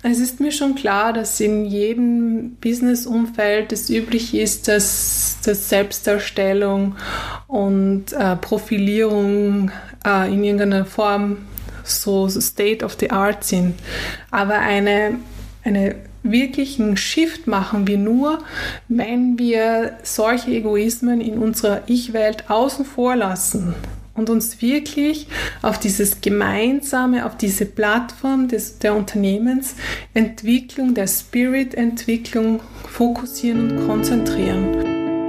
Es ist mir schon klar, dass in jedem Business-Umfeld es üblich ist, dass Selbstdarstellung und Profilierung in irgendeiner Form so State of the Art sind. Aber eine wirklichen Shift machen wir nur, wenn wir solche Egoismen in unserer Ich-Welt außen vor lassen und uns wirklich auf dieses Gemeinsame, auf diese Plattform der Unternehmensentwicklung, der Spirit-Entwicklung fokussieren und konzentrieren.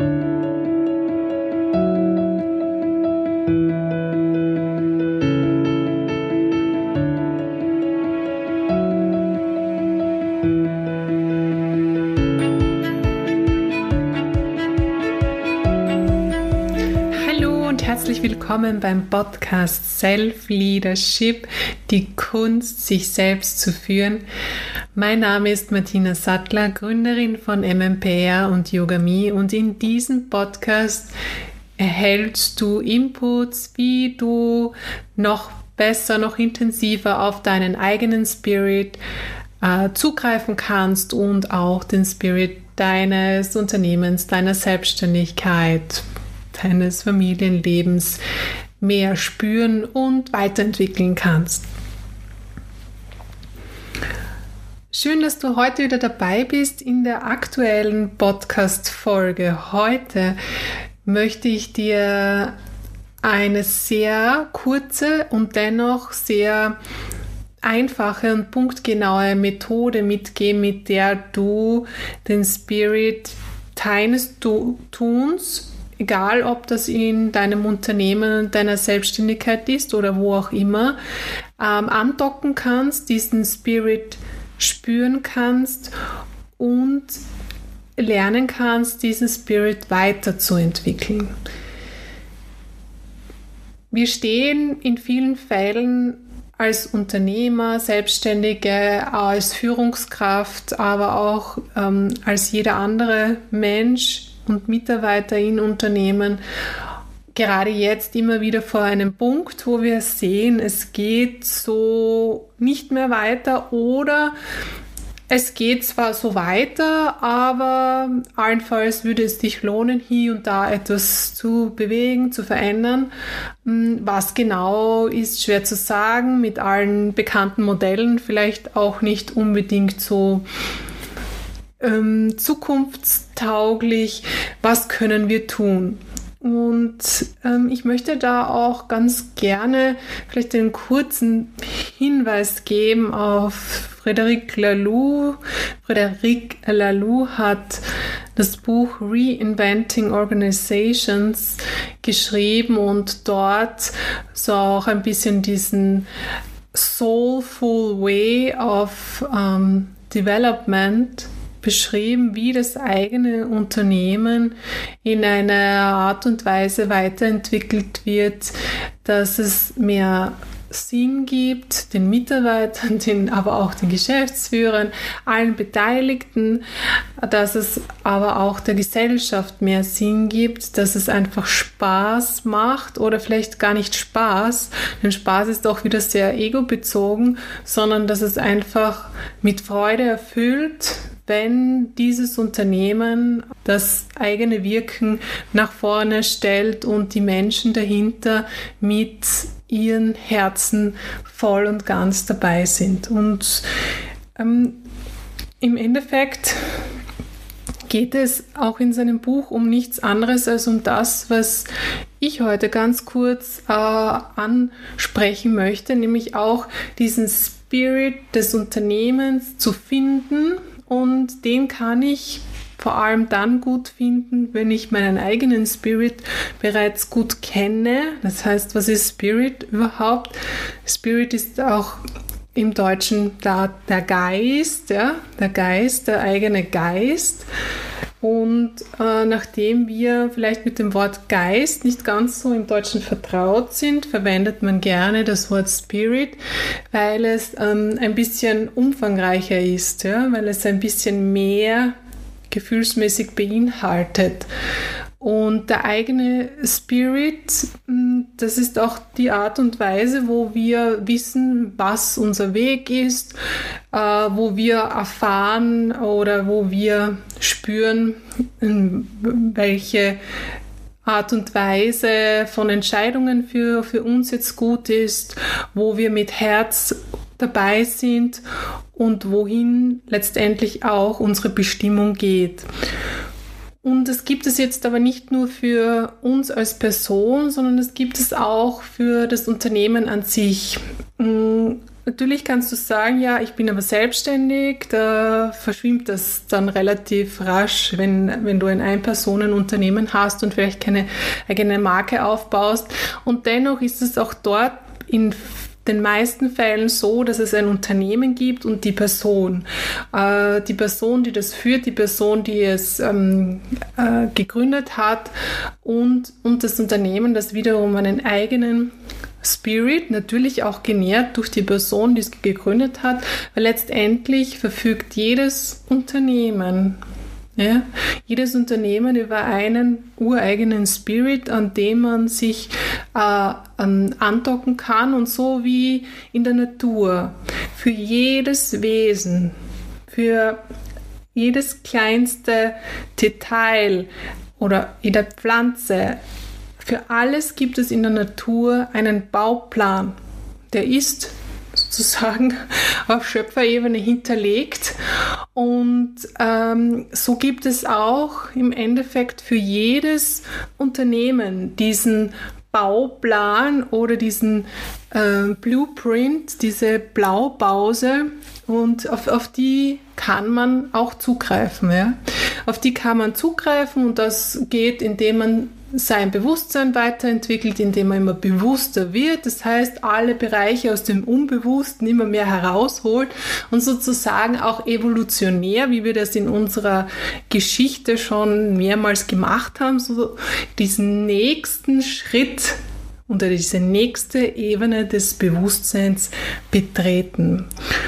Herzlich willkommen beim Podcast Self-Leadership, die Kunst, sich selbst zu führen. Mein Name ist Martina Sattler, Gründerin von MMPR und Yoga-Me, und in diesem Podcast erhältst du Inputs, wie du noch besser, noch intensiver auf deinen eigenen Spirit zugreifen kannst und auch den Spirit deines Unternehmens, deiner Selbstständigkeit, deines Familienlebens mehr spüren und weiterentwickeln kannst. Schön, dass du heute wieder dabei bist in der aktuellen Podcast-Folge. Heute möchte ich dir eine sehr kurze und dennoch sehr einfache und punktgenaue Methode mitgeben, mit der du den Spirit deines Tuns, egal ob das in deinem Unternehmen, deiner Selbstständigkeit ist oder wo auch immer, andocken kannst, diesen Spirit spüren kannst und lernen kannst, diesen Spirit weiterzuentwickeln. Wir stehen in vielen Fällen als Unternehmer, Selbstständige, als Führungskraft, aber auch als jeder andere Mensch und Mitarbeiter in Unternehmen gerade jetzt immer wieder vor einem Punkt, wo wir sehen, es geht so nicht mehr weiter oder es geht zwar so weiter, aber allenfalls würde es dich lohnen, hier und da etwas zu bewegen, zu verändern. Was genau ist schwer zu sagen, mit allen bekannten Modellen vielleicht auch nicht unbedingt so zukunftstauglich. Was können wir tun? Und ich möchte da auch ganz gerne vielleicht einen kurzen Hinweis geben auf Frédéric Laloux. Frédéric Laloux hat das Buch Reinventing Organizations geschrieben und dort so auch ein bisschen diesen soulful way of development beschrieben, wie das eigene Unternehmen in einer Art und Weise weiterentwickelt wird, dass es mehr Sinn gibt, den Mitarbeitern, aber auch den Geschäftsführern, allen Beteiligten, dass es aber auch der Gesellschaft mehr Sinn gibt, dass es einfach Spaß macht oder vielleicht gar nicht Spaß, denn Spaß ist auch wieder sehr egobezogen, sondern dass es einfach mit Freude erfüllt, wenn dieses Unternehmen das eigene Wirken nach vorne stellt und die Menschen dahinter mit ihren Herzen voll und ganz dabei sind. Und im Endeffekt geht es auch in seinem Buch um nichts anderes als um das, was ich heute ganz kurz ansprechen möchte, nämlich auch diesen Spirit des Unternehmens zu finden. Und den kann ich vor allem dann gut finden, wenn ich meinen eigenen Spirit bereits gut kenne. Das heißt, was ist Spirit überhaupt? Spirit ist auch im Deutschen der Geist, ja? Der Geist, der eigene Geist. Und nachdem wir vielleicht mit dem Wort Geist nicht ganz so im Deutschen vertraut sind, verwendet man gerne das Wort Spirit, weil es ein bisschen umfangreicher ist, ja? Weil es ein bisschen mehr gefühlsmäßig beinhaltet. Und der eigene Spirit, das ist auch die Art und Weise, wo wir wissen, was unser Weg ist, wo wir erfahren oder wo wir spüren, welche Art und Weise von Entscheidungen für uns jetzt gut ist, wo wir mit Herz dabei sind und wohin letztendlich auch unsere Bestimmung geht. Und es gibt es jetzt aber nicht nur für uns als Person, sondern es gibt es auch für das Unternehmen an sich. Natürlich kannst du sagen, ja, ich bin aber selbstständig, da verschwimmt das dann relativ rasch, wenn du ein Ein-Personen-Unternehmen hast und vielleicht keine eigene Marke aufbaust. Und dennoch ist es auch dort in den meisten Fällen so, dass es ein Unternehmen gibt und die Person. Die Person, die das führt, die Person, die es gegründet hat und das Unternehmen, das wiederum einen eigenen Spirit, natürlich auch genährt durch die Person, die es gegründet hat, weil letztendlich verfügt jedes Unternehmen über einen ureigenen Spirit, an dem man sich andocken kann, und so wie in der Natur. Für jedes Wesen, für jedes kleinste Detail oder jede Pflanze, für alles gibt es in der Natur einen Bauplan. Der ist sozusagen auf Schöpferebene hinterlegt. Und so gibt es auch im Endeffekt für jedes Unternehmen diesen Bauplan oder diesen Blueprint, diese Blaupause, und auf die kann man auch zugreifen. Ja? Auf die kann man zugreifen, und das geht, indem man sein Bewusstsein weiterentwickelt, indem man immer bewusster wird. Das heißt, alle Bereiche aus dem Unbewussten immer mehr herausholt und sozusagen auch evolutionär, wie wir das in unserer Geschichte schon mehrmals gemacht haben, so diesen nächsten Schritt oder diese nächste Ebene des Bewusstseins betreten.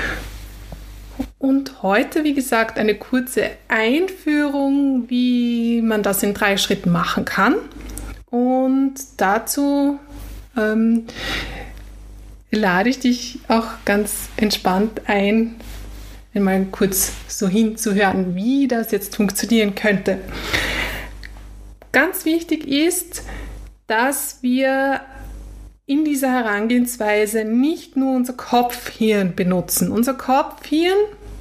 Und heute, wie gesagt, eine kurze Einführung, wie man das in 3 Schritten machen kann. Und dazu lade ich dich auch ganz entspannt ein, einmal kurz so hinzuhören, wie das jetzt funktionieren könnte. Ganz wichtig ist, dass wir in dieser Herangehensweise nicht nur unser Kopfhirn benutzen. Unser Kopfhirn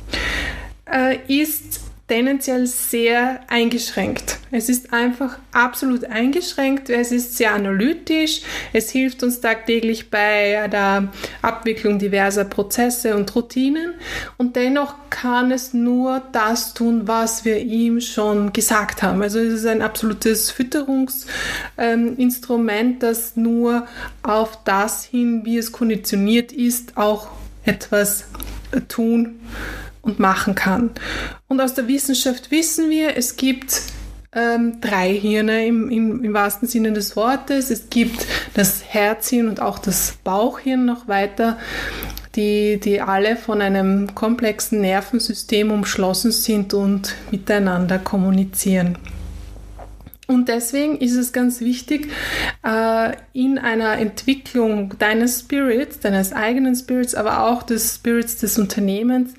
ist tendenziell sehr eingeschränkt. Es ist einfach absolut eingeschränkt, es ist sehr analytisch, es hilft uns tagtäglich bei der Abwicklung diverser Prozesse und Routinen, und dennoch kann es nur das tun, was wir ihm schon gesagt haben. Also es ist ein absolutes Fütterungsinstrument, das nur auf das hin, wie es konditioniert ist, auch etwas tun und machen kann. Und aus der Wissenschaft wissen wir, es gibt 3 Hirne im wahrsten Sinne des Wortes. Es gibt das Herzhirn und auch das Bauchhirn noch weiter, die alle von einem komplexen Nervensystem umschlossen sind und miteinander kommunizieren. Und deswegen ist es ganz wichtig, in einer Entwicklung deines Spirits, deines eigenen Spirits, aber auch des Spirits des Unternehmens,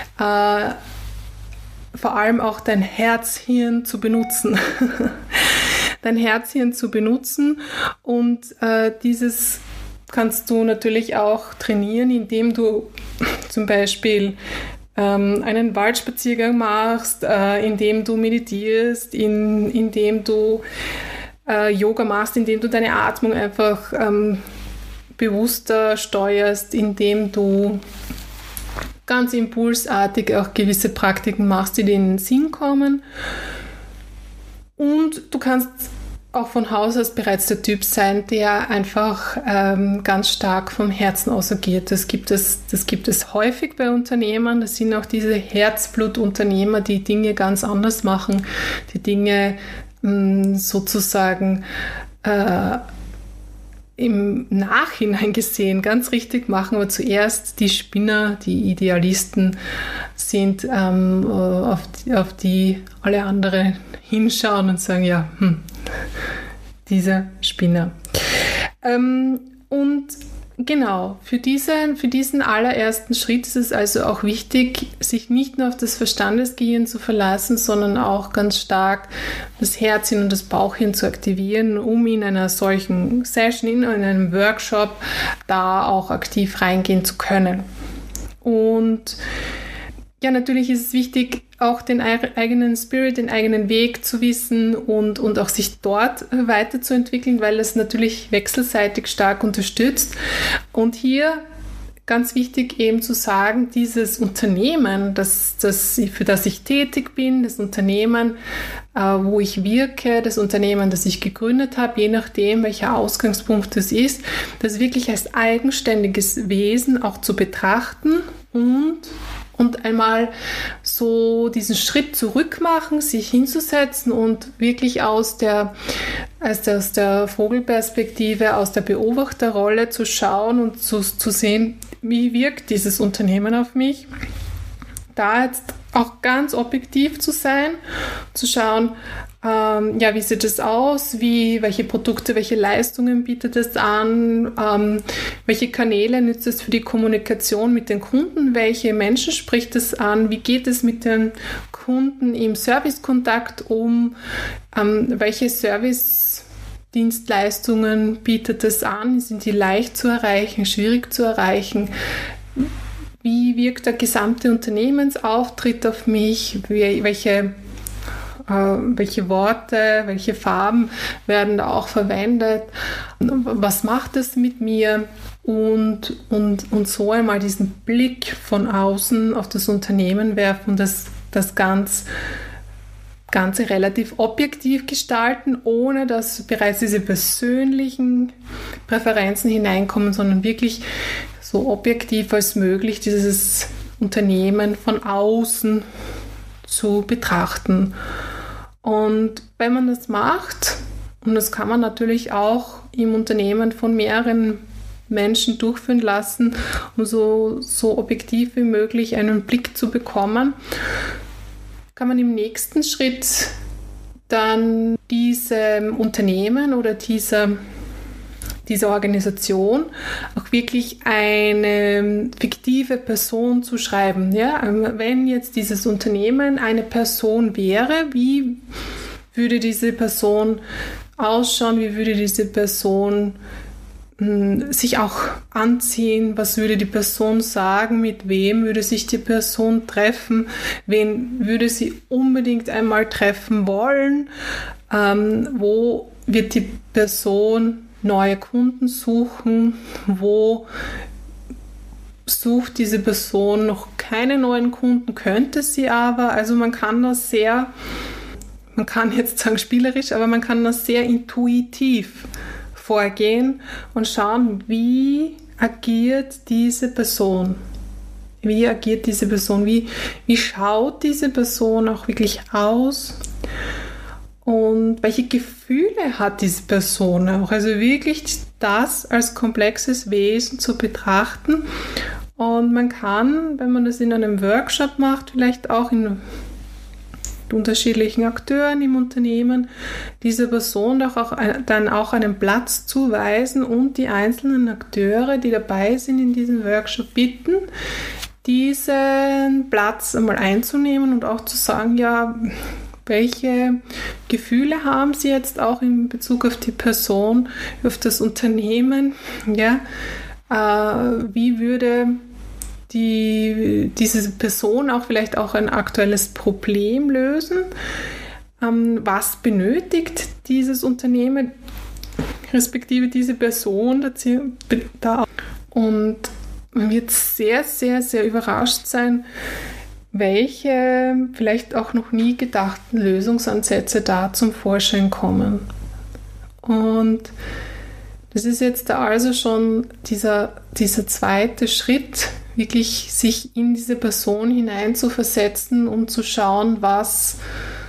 vor allem auch dein Herzhirn zu benutzen. Dein Herzhirn zu benutzen, und dieses kannst du natürlich auch trainieren, indem du zum Beispiel einen Waldspaziergang machst, indem du meditierst, indem du Yoga machst, indem du deine Atmung einfach bewusster steuerst, indem du ganz impulsartig auch gewisse Praktiken machst, die dir in den Sinn kommen. Und du kannst auch von Haus aus bereits der Typ sein, der einfach ganz stark vom Herzen aus agiert. Das gibt es häufig bei Unternehmern. Das sind auch diese Herzblutunternehmer, die Dinge ganz anders machen, die Dinge sozusagen im Nachhinein gesehen ganz richtig machen, aber zuerst die Spinner, die Idealisten sind, auf die alle anderen hinschauen und sagen, ja, dieser Spinner. Und genau, für diesen allerersten Schritt ist es also auch wichtig, sich nicht nur auf das Verstandesgehirn zu verlassen, sondern auch ganz stark das Herzchen und das Bauchhirn zu aktivieren, um in einer solchen Session, in einem Workshop, da auch aktiv reingehen zu können. Und ja, natürlich ist es wichtig, auch den eigenen Spirit, den eigenen Weg zu wissen und auch sich dort weiterzuentwickeln, weil es natürlich wechselseitig stark unterstützt. Und hier ganz wichtig eben zu sagen, dieses Unternehmen, für das ich tätig bin, das Unternehmen, wo ich wirke, das Unternehmen, das ich gegründet habe, je nachdem, welcher Ausgangspunkt es ist, das wirklich als eigenständiges Wesen auch zu betrachten und einmal so diesen Schritt zurück machen, sich hinzusetzen und wirklich aus der Vogelperspektive, aus der Beobachterrolle zu schauen und zu sehen, wie wirkt dieses Unternehmen auf mich. Da jetzt auch ganz objektiv zu sein, zu schauen, wie sieht es aus, welche Produkte, welche Leistungen bietet es an, welche Kanäle nützt es für die Kommunikation mit den Kunden, welche Menschen spricht es an, wie geht es mit den Kunden im Servicekontakt um, welche Service-Dienstleistungen bietet es an, sind die leicht zu erreichen, schwierig zu erreichen, wie wirkt der gesamte Unternehmensauftritt auf mich, welche Worte, welche Farben werden da auch verwendet, was macht es mit mir und so einmal diesen Blick von außen auf das Unternehmen werfen und das Ganze relativ objektiv gestalten, ohne dass bereits diese persönlichen Präferenzen hineinkommen, sondern wirklich so objektiv als möglich dieses Unternehmen von außen zu betrachten. Und wenn man das macht, und das kann man natürlich auch im Unternehmen von mehreren Menschen durchführen lassen, um so objektiv wie möglich einen Blick zu bekommen, kann man im nächsten Schritt dann diesem Unternehmen oder dieser Organisation auch wirklich eine fiktive Person zu schreiben. Ja? Wenn jetzt dieses Unternehmen eine Person wäre, wie würde diese Person ausschauen, wie würde diese Person sich auch anziehen, was würde die Person sagen, mit wem würde sich die Person treffen, wen würde sie unbedingt einmal treffen wollen, wo wird die Person neue Kunden suchen, wo sucht diese Person noch keine neuen Kunden, könnte sie aber. Also man kann jetzt sagen spielerisch, aber man kann das sehr intuitiv vorgehen und schauen, wie agiert diese Person. Wie schaut diese Person auch wirklich aus? Und welche Gefühle hat diese Person auch? Also wirklich das als komplexes Wesen zu betrachten. Und man kann, wenn man das in einem Workshop macht, vielleicht auch in unterschiedlichen Akteuren im Unternehmen, dieser Person dann auch einen Platz zuweisen und die einzelnen Akteure, die dabei sind in diesem Workshop, bitten, diesen Platz einmal einzunehmen und auch zu sagen, ja, welche Gefühle haben Sie jetzt auch in Bezug auf die Person, auf das Unternehmen? Ja? Wie würde diese Person auch vielleicht auch ein aktuelles Problem lösen? Was benötigt dieses Unternehmen, respektive diese Person da? Und man wird sehr, sehr, sehr überrascht sein, welche vielleicht auch noch nie gedachten Lösungsansätze da zum Vorschein kommen. Und das ist jetzt da also schon dieser zweite Schritt, wirklich sich in diese Person hineinzuversetzen und zu schauen, was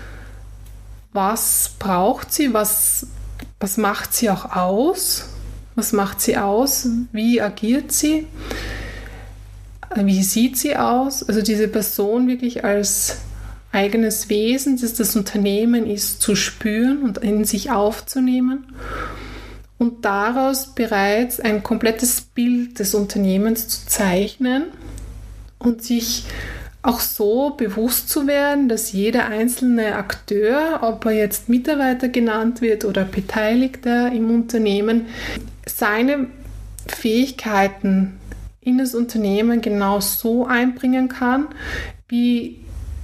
braucht sie, was macht sie auch aus, Was macht sie aus? Wie agiert sie? Wie sieht sie aus? Also diese Person wirklich als eigenes Wesen, das das Unternehmen ist, zu spüren und in sich aufzunehmen und daraus bereits ein komplettes Bild des Unternehmens zu zeichnen und sich auch so bewusst zu werden, dass jeder einzelne Akteur, ob er jetzt Mitarbeiter genannt wird oder Beteiligter im Unternehmen, seine Fähigkeiten in das Unternehmen genau so einbringen kann, wie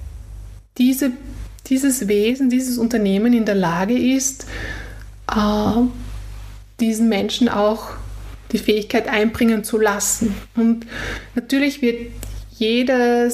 dieses Wesen, dieses Unternehmen in der Lage ist, diesen Menschen auch die Fähigkeit einbringen zu lassen. Und natürlich wird jede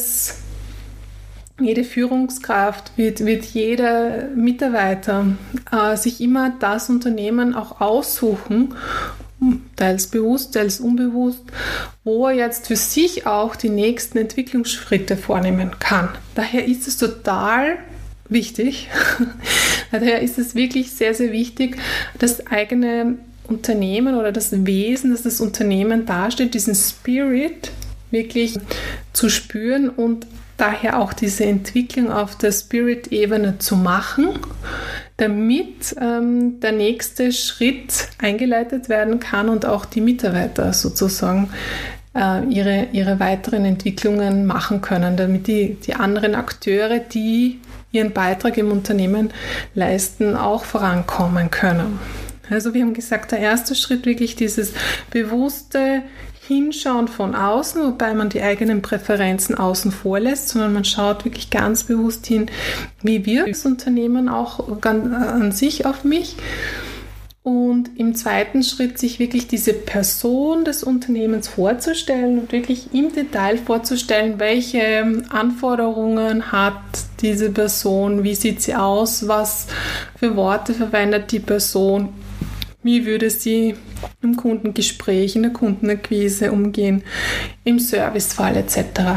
Führungskraft, wird jeder Mitarbeiter sich immer das Unternehmen auch aussuchen, teils bewusst, teils unbewusst, wo er jetzt für sich auch die nächsten Entwicklungsschritte vornehmen kann. Daher ist es total wichtig, daher ist es wirklich sehr, sehr wichtig, das eigene Unternehmen oder das Wesen, das das Unternehmen darstellt, diesen Spirit wirklich zu spüren und daher auch diese Entwicklung auf der Spirit-Ebene zu machen, damit der nächste Schritt eingeleitet werden kann und auch die Mitarbeiter sozusagen ihre weiteren Entwicklungen machen können, damit die anderen Akteure, die ihren Beitrag im Unternehmen leisten, auch vorankommen können. Also wir haben gesagt, der erste Schritt wirklich dieses bewusste Hinschauen von außen, wobei man die eigenen Präferenzen außen vor lässt, sondern man schaut wirklich ganz bewusst hin, wie wirkt das Unternehmen auch an sich auf mich. Und im zweiten Schritt sich wirklich diese Person des Unternehmens vorzustellen und wirklich im Detail vorzustellen, welche Anforderungen hat diese Person, wie sieht sie aus, was für Worte verwendet die Person, wie würde sie im Kundengespräch, in der Kundenakquise umgehen, im Servicefall etc.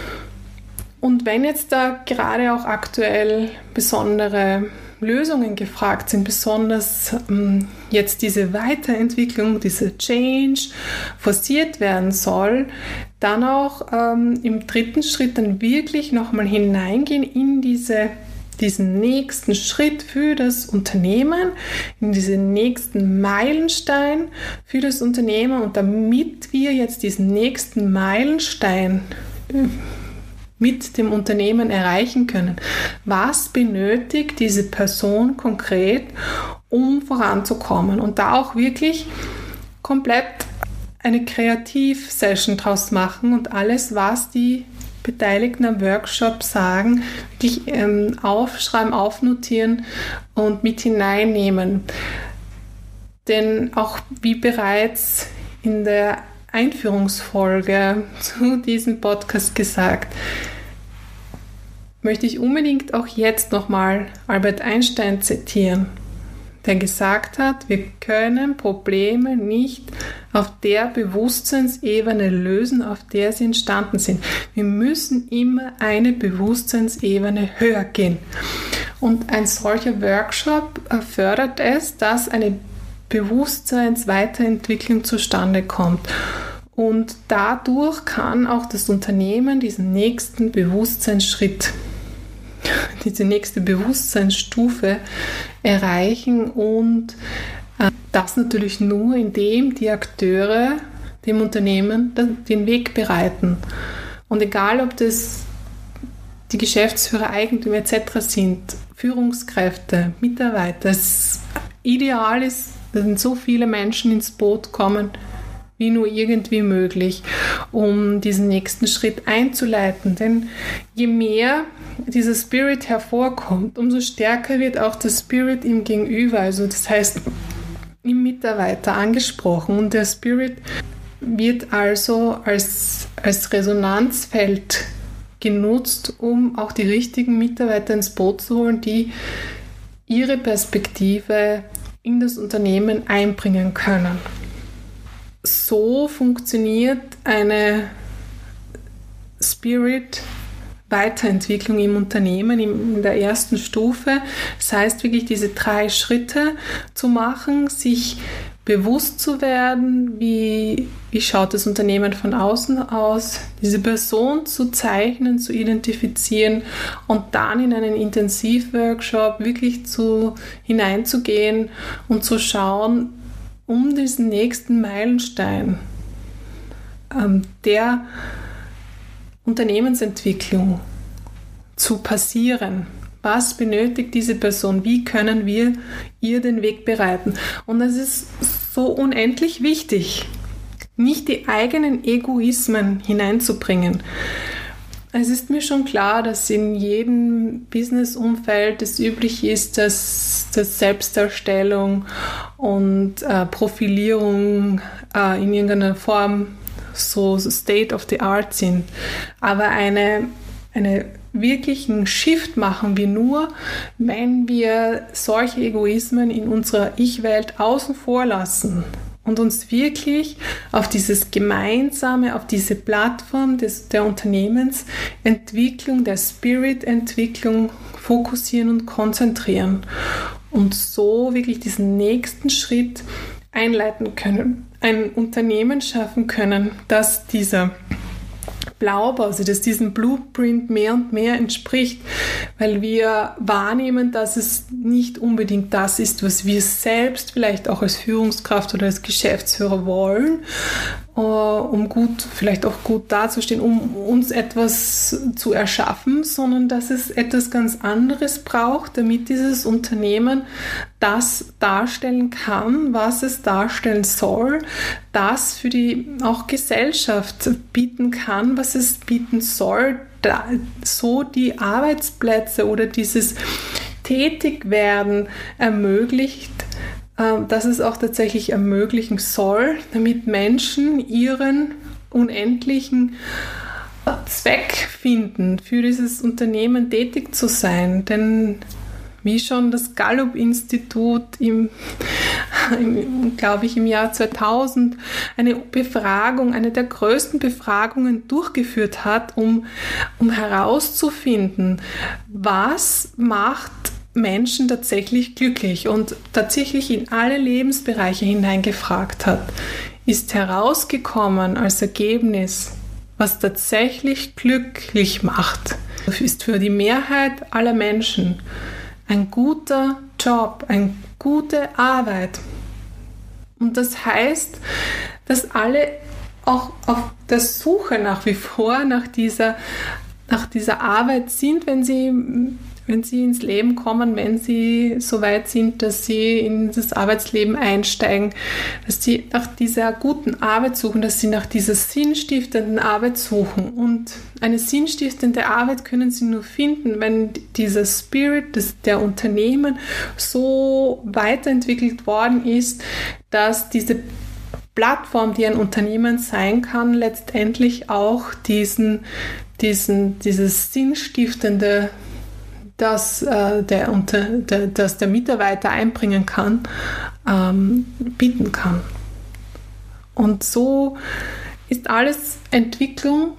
Und wenn jetzt da gerade auch aktuell besondere Lösungen gefragt sind, besonders jetzt diese Weiterentwicklung, diese Change forciert werden soll, dann auch im dritten Schritt dann wirklich nochmal hineingehen in diesen nächsten Schritt für das Unternehmen, in diesen nächsten Meilenstein für das Unternehmen. Und damit wir jetzt diesen nächsten Meilenstein mit dem Unternehmen erreichen können, was benötigt diese Person konkret, um voranzukommen? Und da auch wirklich komplett eine Kreativ-Session draus machen und alles, was die Beteiligten am Workshop sagen, wirklich aufschreiben, aufnotieren und mit hineinnehmen. Denn auch wie bereits in der Einführungsfolge zu diesem Podcast gesagt, möchte ich unbedingt auch jetzt nochmal Albert Einstein zitieren, der gesagt hat, wir können Probleme nicht auf der Bewusstseinsebene lösen, auf der sie entstanden sind. Wir müssen immer eine Bewusstseinsebene höher gehen. Und ein solcher Workshop fördert es, dass eine Bewusstseinsweiterentwicklung zustande kommt. Und dadurch kann auch das Unternehmen diesen nächsten Bewusstseinsschritt, diese nächste Bewusstseinsstufe erreichen und das natürlich nur, indem die Akteure dem Unternehmen den Weg bereiten. Und egal, ob das die Geschäftsführer, Eigentümer etc. sind, Führungskräfte, Mitarbeiter, das Ideal ist, dass so viele Menschen ins Boot kommen, wie nur irgendwie möglich, um diesen nächsten Schritt einzuleiten. Denn je mehr dieser Spirit hervorkommt, umso stärker wird auch der Spirit im Gegenüber, also das heißt im Mitarbeiter angesprochen. Und der Spirit wird also als Resonanzfeld genutzt, um auch die richtigen Mitarbeiter ins Boot zu holen, die ihre Perspektive in das Unternehmen einbringen können. So funktioniert eine Spirit-Weiterentwicklung im Unternehmen in der ersten Stufe. Das heißt wirklich diese 3 Schritte zu machen, sich bewusst zu werden, wie schaut das Unternehmen von außen aus, diese Person zu zeichnen, zu identifizieren und dann in einen Intensivworkshop wirklich hineinzugehen und zu schauen, um diesen nächsten Meilenstein der Unternehmensentwicklung zu passieren. Was benötigt diese Person? Wie können wir ihr den Weg bereiten? Und es ist so unendlich wichtig, nicht die eigenen Egoismen hineinzubringen. Es ist mir schon klar, dass in jedem Business-Umfeld es üblich ist, dass Selbstdarstellung und Profilierung in irgendeiner Form so State of the Art sind. Aber eine wirklichen Shift machen wir nur, wenn wir solche Egoismen in unserer Ich-Welt außen vor lassen und uns wirklich auf dieses Gemeinsame, auf diese Plattform der Unternehmensentwicklung, der Spirit-Entwicklung fokussieren und konzentrieren und so wirklich diesen nächsten Schritt einleiten können, ein Unternehmen schaffen können, das dieser Blaupause, also dass diesem Blueprint mehr und mehr entspricht, weil wir wahrnehmen, dass es nicht unbedingt das ist, was wir selbst vielleicht auch als Führungskraft oder als Geschäftsführer wollen, um vielleicht auch gut dazustehen, um uns etwas zu erschaffen, sondern dass es etwas ganz anderes braucht, damit dieses Unternehmen das darstellen kann, was es darstellen soll, das für die auch Gesellschaft bieten kann, was es bieten soll, so die Arbeitsplätze oder dieses Tätigwerden ermöglicht, dass es auch tatsächlich ermöglichen soll, damit Menschen ihren unendlichen Zweck finden, für dieses Unternehmen tätig zu sein. Denn wie schon das Gallup-Institut glaube ich, im Jahr 2000 eine der größten Befragungen durchgeführt hat, um herauszufinden, was macht Menschen tatsächlich glücklich und tatsächlich in alle Lebensbereiche hineingefragt hat, ist herausgekommen als Ergebnis, was tatsächlich glücklich macht, ist für die Mehrheit aller Menschen ein guter Job, eine gute Arbeit. Und das heißt, dass alle auch auf der Suche nach wie vor nach dieser Arbeit sind, wenn sie ins Leben kommen, wenn sie so weit sind, dass sie in das Arbeitsleben einsteigen, dass sie nach dieser guten Arbeit suchen, dass sie nach dieser sinnstiftenden Arbeit suchen. Und eine sinnstiftende Arbeit können sie nur finden, wenn dieser Spirit der Unternehmen so weiterentwickelt worden ist, dass diese Plattform, die ein Unternehmen sein kann, letztendlich auch dieses sinnstiftende, das der Mitarbeiter einbringen kann, bieten kann. Und so ist alles Entwicklung.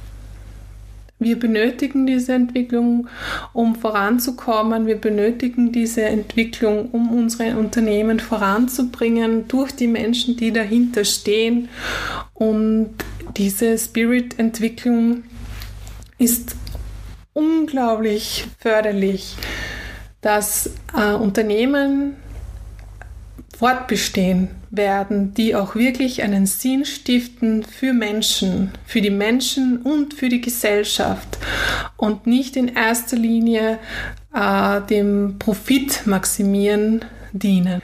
Wir benötigen diese Entwicklung, um voranzukommen. Wir benötigen diese Entwicklung, um unsere Unternehmen voranzubringen, durch die Menschen, die dahinter stehen. Und diese Spirit-Entwicklung ist unglaublich förderlich, dass Unternehmen fortbestehen werden, die auch wirklich einen Sinn stiften für Menschen, für die Menschen und für die Gesellschaft und nicht in erster Linie dem Profitmaximieren dienen.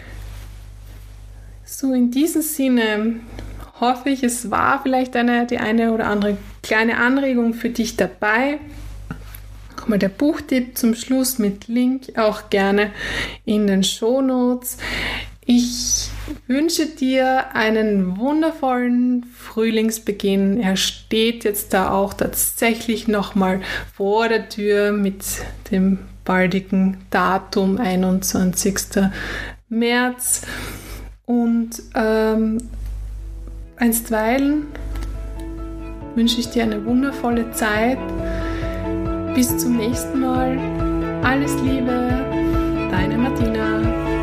So, in diesem Sinne hoffe ich, es war vielleicht die eine oder andere kleine Anregung für dich dabei. Nochmal der Buchtipp zum Schluss mit Link auch gerne in den Shownotes. Ich wünsche dir einen wundervollen Frühlingsbeginn. Er steht jetzt da auch tatsächlich nochmal vor der Tür mit dem baldigen Datum 21. März. Und einstweilen wünsche ich dir eine wundervolle Zeit. Bis zum nächsten Mal. Alles Liebe, deine Martina.